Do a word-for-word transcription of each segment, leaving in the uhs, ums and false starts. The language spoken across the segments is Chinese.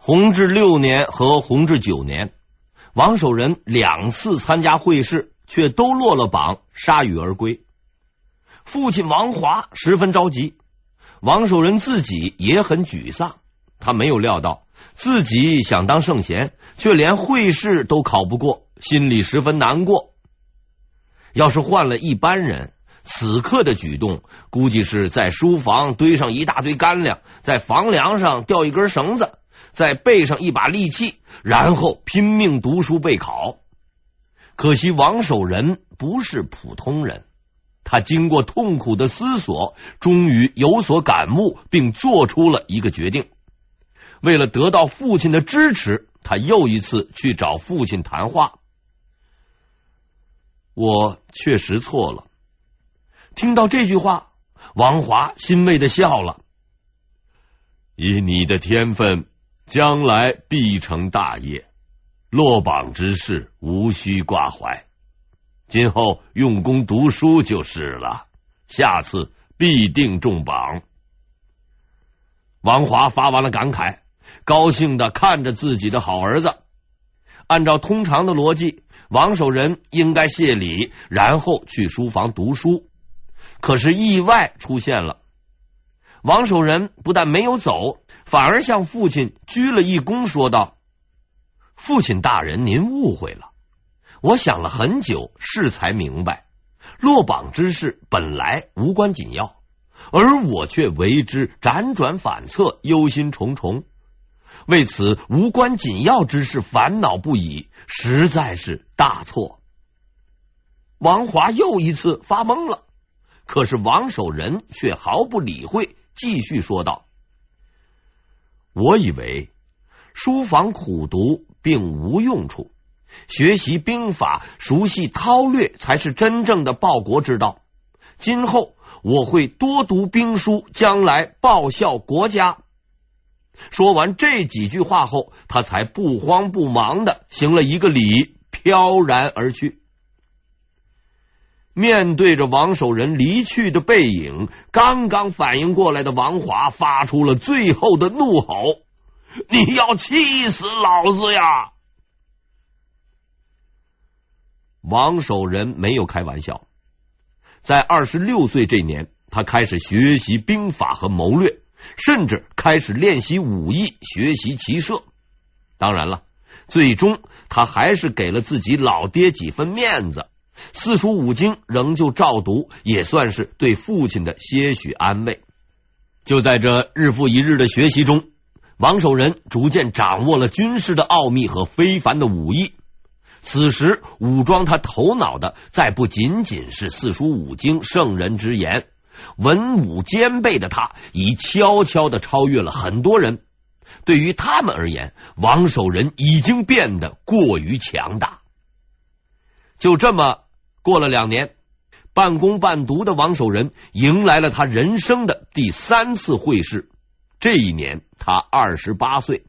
弘治六年和弘治九年，王守仁两次参加会试，却都落了榜，铩羽而归。父亲王华十分着急，王守仁自己也很沮丧。他没有料到自己想当圣贤，却连会试都考不过，心里十分难过。要是换了一般人，此刻的举动估计是在书房堆上一大堆干粮，在房梁上吊一根绳子，再备上一把利器，然后拼命读书备考。可惜王守仁不是普通人，他经过痛苦的思索，终于有所感悟，并做出了一个决定。为了得到父亲的支持，他又一次去找父亲谈话。我确实错了。听到这句话，王华欣慰的笑了。以你的天分，将来必成大业，落榜之事无需挂怀，今后用功读书就是了，下次必定中榜。王华发完了感慨，高兴的看着自己的好儿子。按照通常的逻辑，王守仁应该谢礼，然后去书房读书。可是意外出现了，王守仁不但没有走，反而向父亲鞠了一躬，说道：父亲大人，您误会了，我想了很久，适才明白，落榜之事本来无关紧要，而我却为之辗转反侧，忧心忡忡，为此无关紧要之事烦恼不已，实在是大错。王华又一次发懵了，可是王守仁却毫不理会，继续说道：我以为书房苦读并无用处，学习兵法，熟悉韬略才是真正的报国之道。今后我会多读兵书，将来报效国家。说完这几句话后，他才不慌不忙的行了一个礼，飘然而去。面对着王守仁离去的背影，刚刚反应过来的王华发出了最后的怒吼：你要气死老子呀！王守仁没有开玩笑，在二十六岁这年，他开始学习兵法和谋略，甚至开始练习武艺，学习骑射。当然了，最终他还是给了自己老爹几分面子，四书五经仍旧照读，也算是对父亲的些许安慰。就在这日复一日的学习中，王守仁逐渐掌握了军事的奥秘和非凡的武艺。此时武装他头脑的再不仅仅是四书五经圣人之言，文武兼备的他已悄悄的超越了很多人。对于他们而言，王守仁已经变得过于强大。就这么过了两年，半工半读的王守仁迎来了他人生的第三次会试。这一年他二十八岁。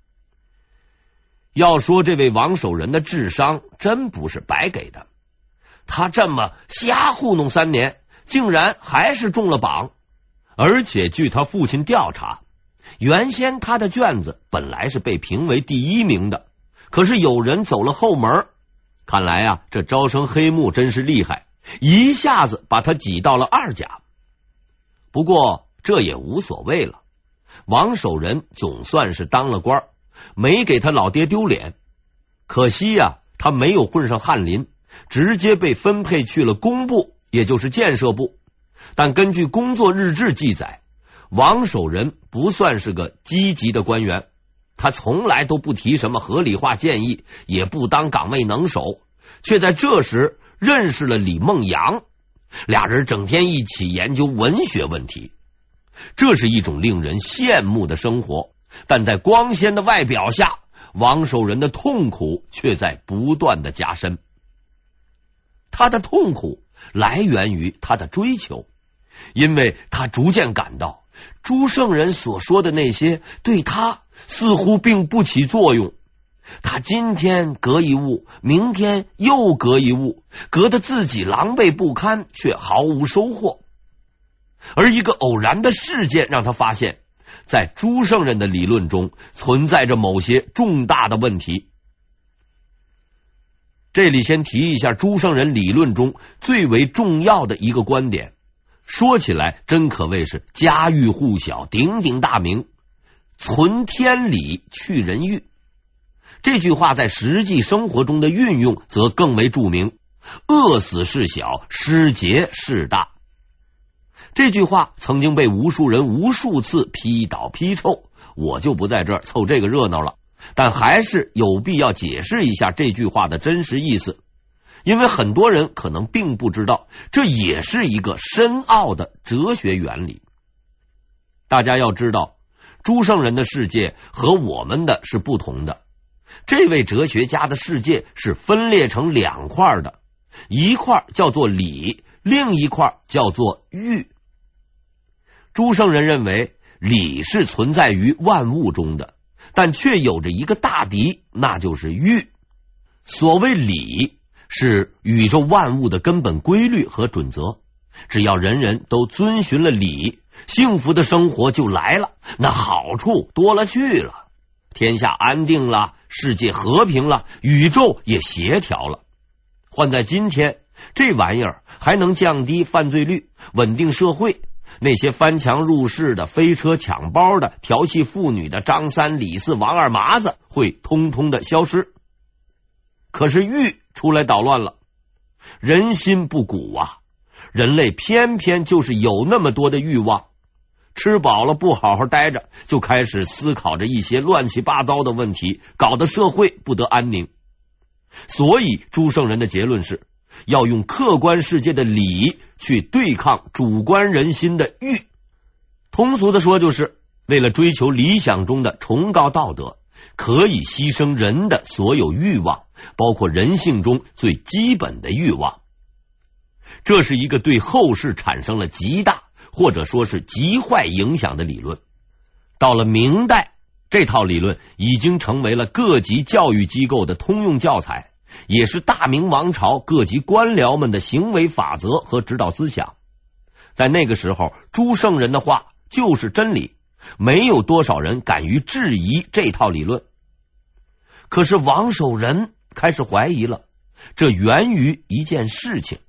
要说这位王守仁的智商真不是白给的，他这么瞎糊弄三年，竟然还是中了榜。而且据他父亲调查，原先他的卷子本来是被评为第一名的，可是有人走了后门，看来啊，这招生黑幕真是厉害，一下子把他挤到了二甲。不过这也无所谓了，王守仁总算是当了官，没给他老爹丢脸。可惜呀、啊，他没有混上翰林，直接被分配去了工部，也就是建设部。但根据工作日志记载，王守仁不算是个积极的官员，他从来都不提什么合理化建议，也不当岗位能手，却在这时认识了李梦阳，俩人整天一起研究文学问题。这是一种令人羡慕的生活，但在光鲜的外表下，王守仁的痛苦却在不断的加深。他的痛苦来源于他的追求，因为他逐渐感到朱圣人所说的那些对他似乎并不起作用。他今天革一物，明天又革一物，革得自己狼狈不堪，却毫无收获。而一个偶然的事件让他发现， 在朱圣人的理论中存在着某些重大的问题。这里先提一下朱圣人理论中最为重要的一个观点，说起来真可谓是家喻户晓，鼎鼎大名，存天理，去人欲。这句话在实际生活中的运用则更为著名，饿死事小，失节事大。这句话曾经被无数人无数次批倒批臭，我就不在这儿凑这个热闹了，但还是有必要解释一下这句话的真实意思，因为很多人可能并不知道，这也是一个深奥的哲学原理。大家要知道，朱圣人的世界和我们的是不同的，这位哲学家的世界是分裂成两块的，一块叫做理，另一块叫做欲。朱圣人认为理是存在于万物中的，但却有着一个大敌，那就是欲。所谓理是宇宙万物的根本规律和准则，只要人人都遵循了理，幸福的生活就来了，那好处多了去了，天下安定了，世界和平了，宇宙也协调了。换在今天，这玩意儿还能降低犯罪率，稳定社会，那些翻墙入室的、飞车抢包的、调戏妇女的张三李四王二麻子会通通的消失。可是欲出来捣乱了，人心不古啊，人类偏偏就是有那么多的欲望，吃饱了不好好待着，就开始思考着一些乱七八糟的问题，搞得社会不得安宁。所以朱圣人的结论是要用客观世界的理去对抗主观人心的欲。通俗的说，就是为了追求理想中的崇高道德，可以牺牲人的所有欲望，包括人性中最基本的欲望。这是一个对后世产生了极大或者说是极坏影响的理论。到了明代，这套理论已经成为了各级教育机构的通用教材，也是大明王朝各级官僚们的行为法则和指导思想。在那个时候，朱圣人的话就是真理，没有多少人敢于质疑这套理论。可是王守仁开始怀疑了，这源于一件事情。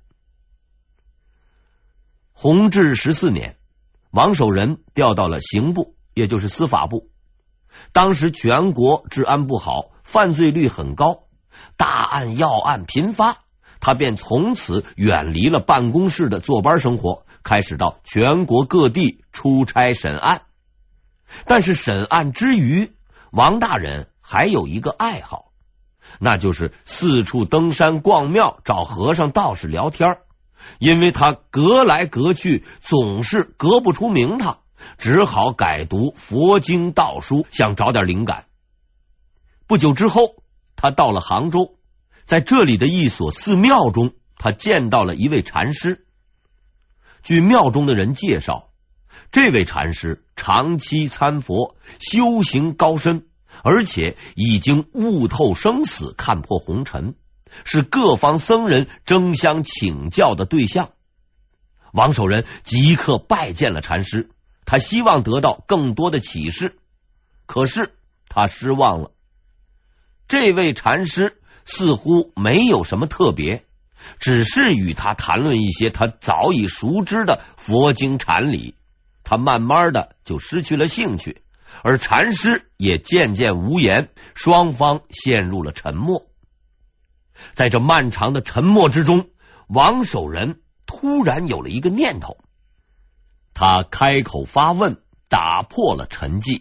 弘治十四年，王守仁调到了刑部，也就是司法部。当时全国治安不好，犯罪率很高，大案要案频发，他便从此远离了办公室的坐班生活，开始到全国各地出差审案。但是审案之余，王大人还有一个爱好，那就是四处登山逛庙，找和尚道士聊天。因为他隔来隔去，总是隔不出名堂，只好改读佛经道书，想找点灵感。不久之后，他到了杭州，在这里的一所寺庙中，他见到了一位禅师。据庙中的人介绍，这位禅师长期参佛，修行高深，而且已经悟透生死，看破红尘，是各方僧人争相请教的对象。王守仁即刻拜见了禅师，他希望得到更多的启示，可是他失望了。这位禅师似乎没有什么特别，只是与他谈论一些他早已熟知的佛经禅理，他慢慢的就失去了兴趣，而禅师也渐渐无言，双方陷入了沉默。在这漫长的沉默之中，王守仁突然有了一个念头，他开口发问，打破了沉寂。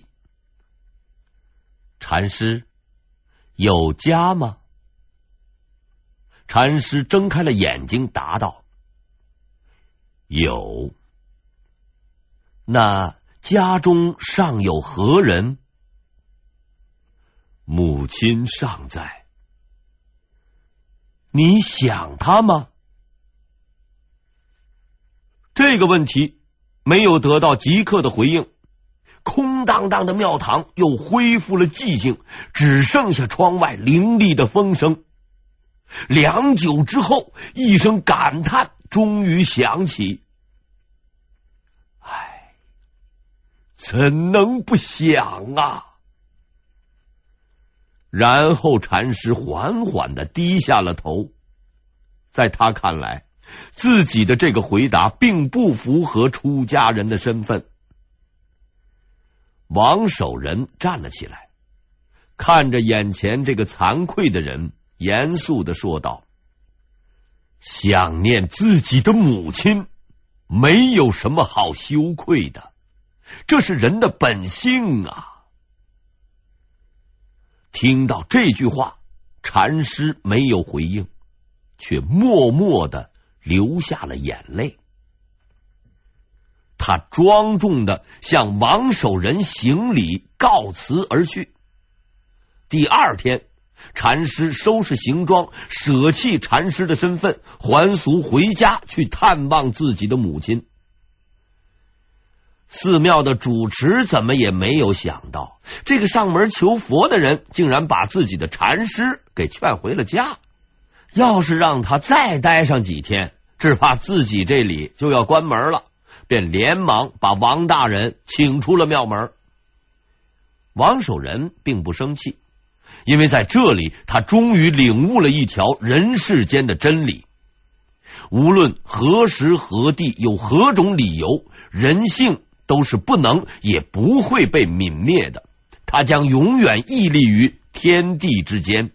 禅师，有家吗？禅师睁开了眼睛，答道：有。那家中尚有何人？母亲尚在。你想他吗？这个问题没有得到即刻的回应，空荡荡的庙堂又恢复了寂静，只剩下窗外凌厉的风声。良久之后，一声感叹终于响起：唉， 怎能不想啊？然后禅师缓缓的低下了头，在他看来，自己的这个回答并不符合出家人的身份。王守仁站了起来，看着眼前这个惭愧的人，严肃的说道：想念自己的母亲没有什么好羞愧的，这是人的本性啊。听到这句话，禅师没有回应，却默默的流下了眼泪。他庄重的向王守仁行礼，告辞而去。第二天，禅师收拾行装，舍弃禅师的身份，还俗回家去探望自己的母亲。寺庙的主持怎么也没有想到，这个上门求佛的人竟然把自己的禅师给劝回了家。要是让他再待上几天，只怕自己这里就要关门了，便连忙把王大人请出了庙门。王守仁并不生气，因为在这里他终于领悟了一条人世间的真理：无论何时何地，有何种理由，人性都是不能也不会被泯灭的，它将永远屹立于天地之间。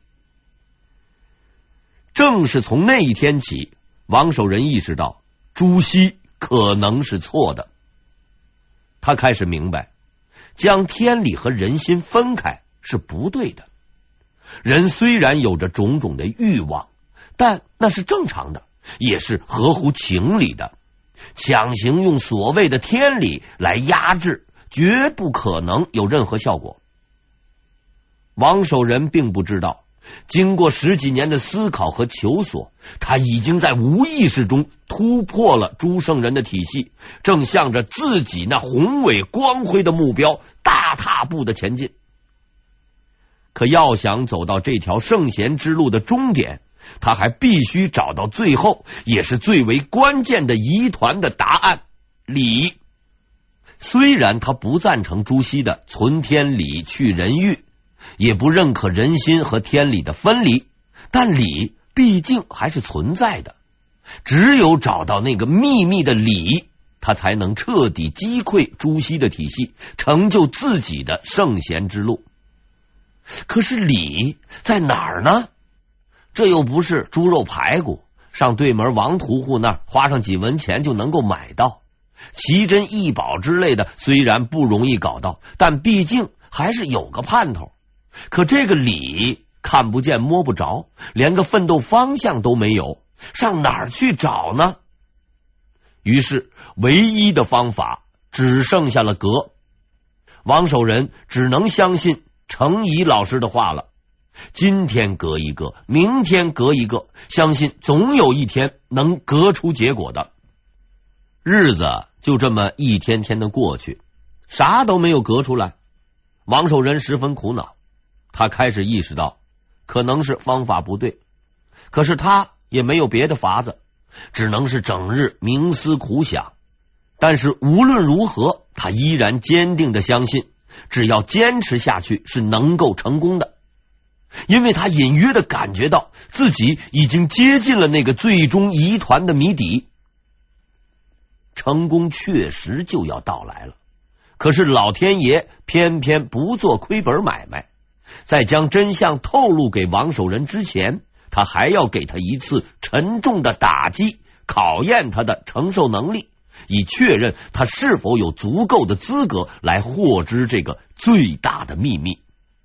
正是从那一天起，王守仁意识到朱熹可能是错的。他开始明白，将天理和人心分开是不对的。人虽然有着种种的欲望，但那是正常的，也是合乎情理的。强行用所谓的天理来压制，绝不可能有任何效果。王守仁并不知道，经过十几年的思考和求索，他已经在无意识中突破了诸圣人的体系，正向着自己那宏伟光辉的目标大踏步的前进。可要想走到这条圣贤之路的终点，他还必须找到最后也是最为关键的疑团的答案——理。虽然他不赞成朱熹的存天理去人欲，也不认可人心和天理的分离，但理毕竟还是存在的。只有找到那个秘密的理，他才能彻底击溃朱熹的体系，成就自己的圣贤之路。可是理在哪儿呢？这又不是猪肉排骨，上对门王屠户那儿花上几文钱就能够买到。奇珍异宝之类的虽然不容易搞到，但毕竟还是有个盼头。可这个理看不见摸不着，连个奋斗方向都没有，上哪儿去找呢？于是唯一的方法只剩下了格。王守仁只能相信程颐老师的话了。今天革一个，明天革一个，相信总有一天能革出结果的。日子就这么一天天的过去，啥都没有革出来。王守仁十分苦恼，他开始意识到可能是方法不对，可是他也没有别的法子，只能是整日冥思苦想。但是无论如何，他依然坚定的相信，只要坚持下去是能够成功的。因为他隐约的感觉到自己已经接近了那个最终疑团的谜底。成功确实就要到来了，可是老天爷偏偏不做亏本买卖，在将真相透露给王守仁之前，他还要给他一次沉重的打击，考验他的承受能力，以确认他是否有足够的资格来获知这个最大的秘密。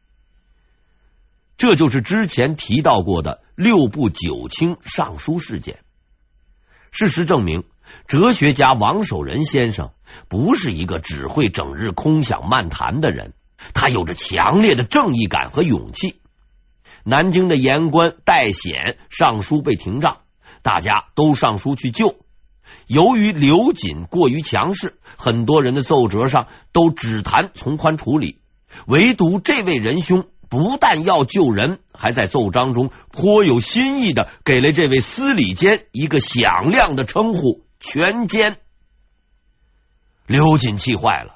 这就是之前提到过的六部九卿上书事件。事实证明，哲学家王守仁先生不是一个只会整日空想漫谈的人，他有着强烈的正义感和勇气。南京的言官戴显上书被停杖，大家都上书去救。由于刘瑾过于强势，很多人的奏折上都只谈从宽处理，唯独这位仁兄不但要救人，还在奏章中颇有新意的给了这位司礼监一个响亮的称呼——权监。刘瑾气坏了，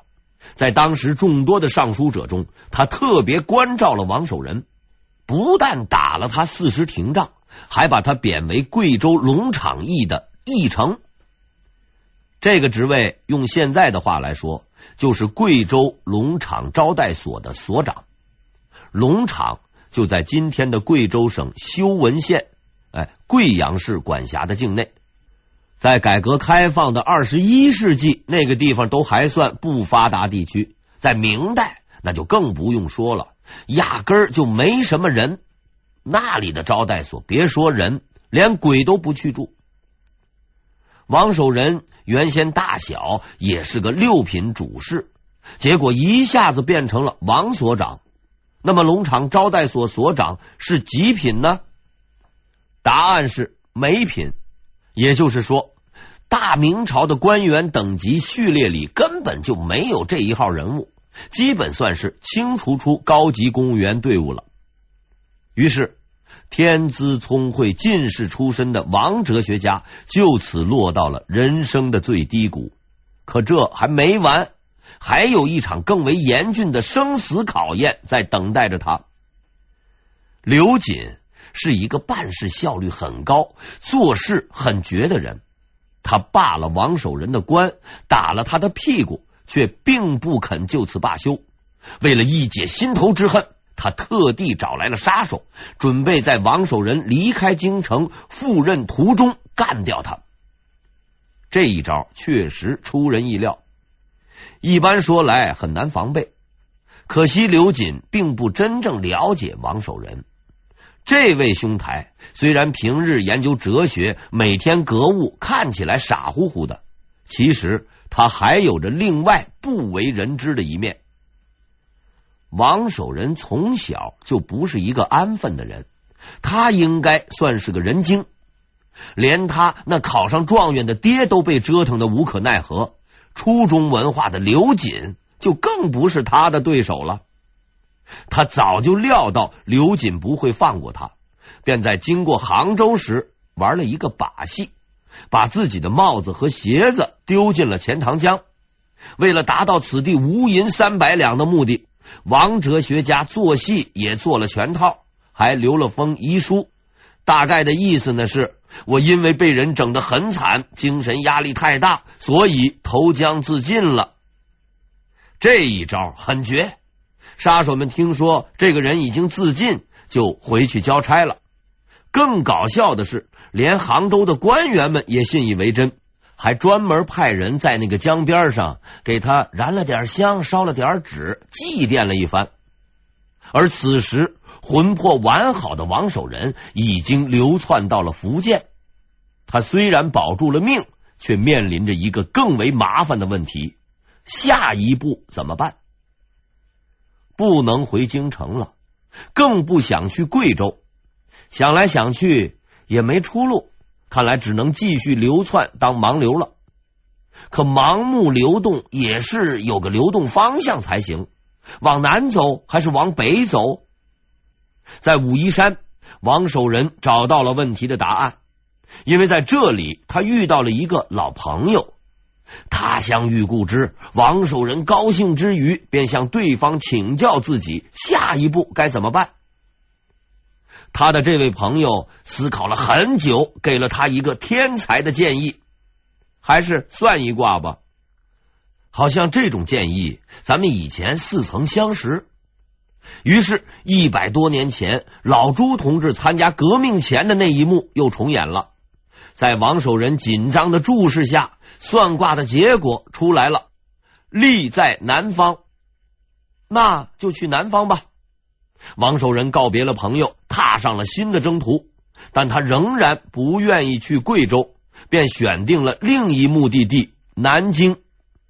在当时众多的上书者中，他特别关照了王守仁，不但打了他四十廷杖，还把他贬为贵州龙场驿的驿丞。这个职位用现在的话来说，就是贵州龙场招待所的所长。龙场就在今天的贵州省修文县哎贵阳市管辖的境内。在改革开放的二十一世纪，那个地方都还算不发达地区，在明代那就更不用说了，压根儿就没什么人。那里的招待所别说人，连鬼都不去住。王守仁原先大小也是个六品主事，结果一下子变成了王所长。那么龙场招待所所长是几品呢？答案是没品。也就是说，大明朝的官员等级序列里根本就没有这一号人物，基本算是清除出高级公务员队伍了。于是天资聪慧进士出身的王哲学家就此落到了人生的最低谷。可这还没完，还有一场更为严峻的生死考验在等待着他。刘瑾是一个办事效率很高、做事很绝的人，他罢了王守仁的官，打了他的屁股，却并不肯就此罢休。为了一解心头之恨，他特地找来了杀手，准备在王守仁离开京城赴任途中干掉他。这一招确实出人意料，一般说来很难防备。可惜刘瑾并不真正了解王守仁。这位兄台虽然平日研究哲学，每天格物，看起来傻乎乎的，其实他还有着另外不为人知的一面。王守仁从小就不是一个安分的人，他应该算是个人精，连他那考上状元的爹都被折腾得无可奈何，初中文化的刘瑾就更不是他的对手了。他早就料到刘瑾不会放过他，便在经过杭州时玩了一个把戏，把自己的帽子和鞋子丢进了钱塘江。为了达到此地无银三百两的目的，王哲学家做戏也做了全套，还留了封遗书，大概的意思呢是，我因为被人整得很惨，精神压力太大，所以投江自尽了。这一招很绝，杀手们听说这个人已经自尽，就回去交差了。更搞笑的是，连杭州的官员们也信以为真，还专门派人在那个江边上给他燃了点香，烧了点纸，祭奠了一番。而此时魂魄完好的王守仁已经流窜到了福建，他虽然保住了命，却面临着一个更为麻烦的问题：下一步怎么办？不能回京城了，更不想去贵州，想来想去也没出路，看来只能继续流窜当盲流了。可盲目流动也是有个流动方向才行，往南走还是往北走？在武夷山，王守仁找到了问题的答案，因为在这里他遇到了一个老朋友。他乡遇故知，王守仁高兴之余，便向对方请教自己下一步该怎么办。他的这位朋友思考了很久，给了他一个天才的建议，还是算一卦吧。好像这种建议咱们以前似曾相识。于是一百多年前老朱同志参加革命前的那一幕又重演了。在王守仁紧张的注视下，算卦的结果出来了，利在南方。那就去南方吧。王守仁告别了朋友，踏上了新的征途，但他仍然不愿意去贵州，便选定了另一目的地南京。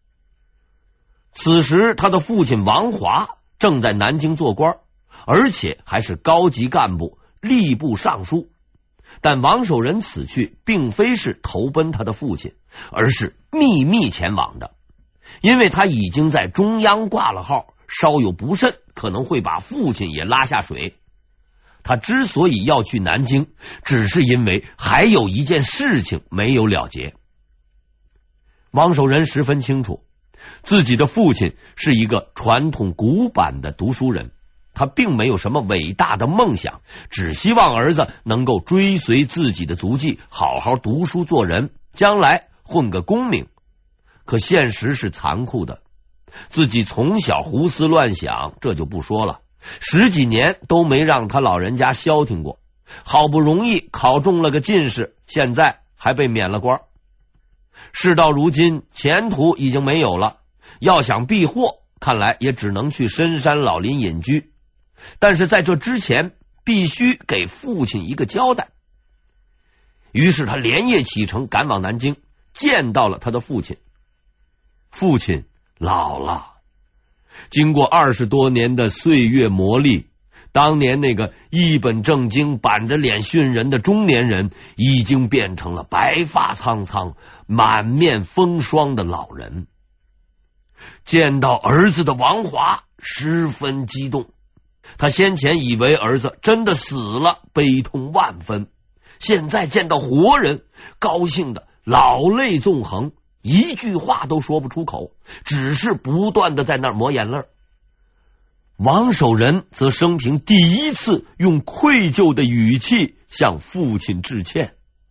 此时他的父亲王华正在南京做官，而且还是高级干部，吏部尚书。但王守仁此去并非是投奔他的父亲，而是秘密前往的，因为他已经在中央挂了号，稍有不慎可能会把父亲也拉下水。他之所以要去南京，只是因为还有一件事情没有了结。王守仁十分清楚， 自己的父亲是一个传统古板的读书人，他并没有什么伟大的梦想，只希望儿子能够追随自己的足迹，好好读书做人，将来混个功名。可现实是残酷的，自己从小胡思乱想，这就不说了，十几年都没让他老人家消停过，好不容易考中了个进士，现在还被免了官。事到如今，前途已经没有了，要想避祸，看来也只能去深山老林隐居。但是在这之前，必须给父亲一个交代。于是他连夜启程，赶往南京，见到了他的父亲。父亲老了，经过二十多年的岁月磨砺，当年那个一本正经板着脸训人的中年人，已经变成了白发苍苍、满面风霜的老人。见到儿子的王华十分激动，他先前以为儿子真的死了，悲痛万分，现在见到活人，高兴的老泪纵横，一句话都说不出口，只是不断的在那儿抹眼泪。王守仁则生平第一次用愧疚的语气向父亲致歉：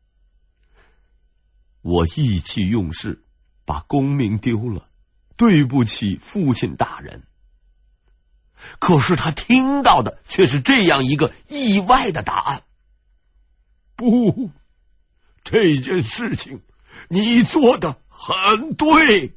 我意气用事，把功名丢了，对不起父亲大人。可是他听到的却是这样一个意外的答案：不，这件事情你做的很对。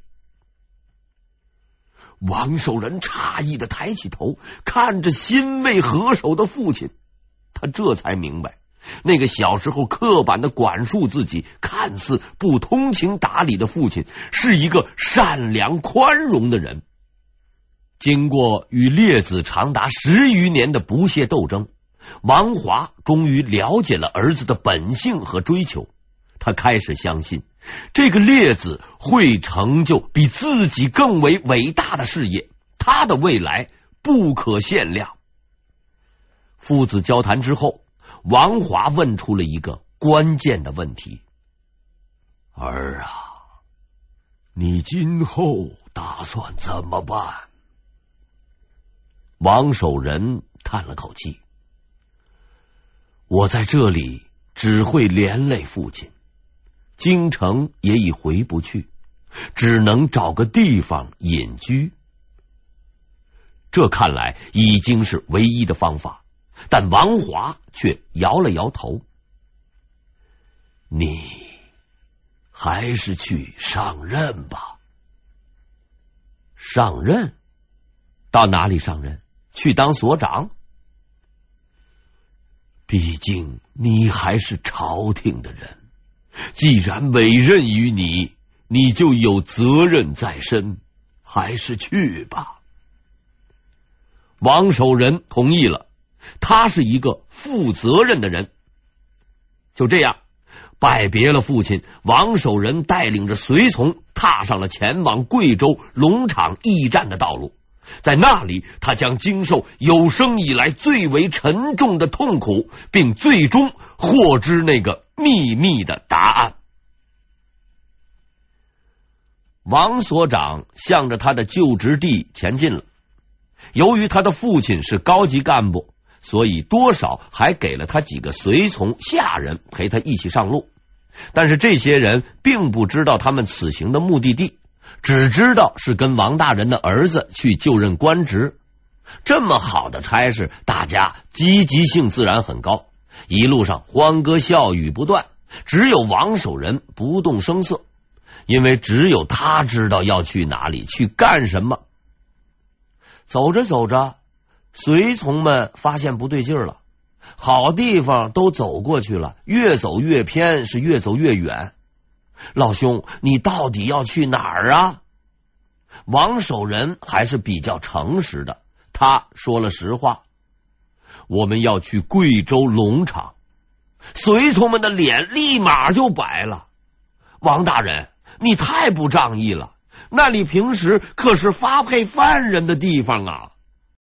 王守仁诧异的抬起头，看着心为合手的父亲，他这才明白，那个小时候刻板的管束自己、看似不通情达理的父亲，是一个善良宽容的人。经过与列子长达十余年的不懈斗争，王华终于了解了儿子的本性和追求。他开始相信，这个列子会成就比自己更为伟大的事业，他的未来不可限量。父子交谈之后，王华问出了一个关键的问题：儿啊，你今后打算怎么办？王守仁叹了口气：我在这里只会连累父亲，京城也已回不去，只能找个地方隐居。这看来已经是唯一的方法，但王华却摇了摇头：你还是去上任吧。上任？到哪里上任？去当所长？毕竟你还是朝廷的人，既然委任于你，你就有责任在身，还是去吧。王守仁同意了，他是一个负责任的人。就这样，拜别了父亲，王守仁带领着随从踏上了前往贵州龙场驿站的道路。在那里，他将经受有生以来最为沉重的痛苦，并最终获知那个秘密的答案。王所长向着他的就职地前进了。由于他的父亲是高级干部，所以多少还给了他几个随从下人陪他一起上路。但是这些人并不知道他们此行的目的地，只知道是跟王大人的儿子去就任官职。这么好的差事，大家积极性自然很高，一路上欢歌笑语不断。只有王守仁不动声色，因为只有他知道要去哪里，去干什么。走着走着，随从们发现不对劲儿了，好地方都走过去了，越走越偏，是越走越远。老兄，你到底要去哪儿啊？王守仁还是比较诚实的，他说了实话：我们要去贵州龙场。随从们的脸立马就白了：王大人，你太不仗义了，那里平时可是发配犯人的地方啊！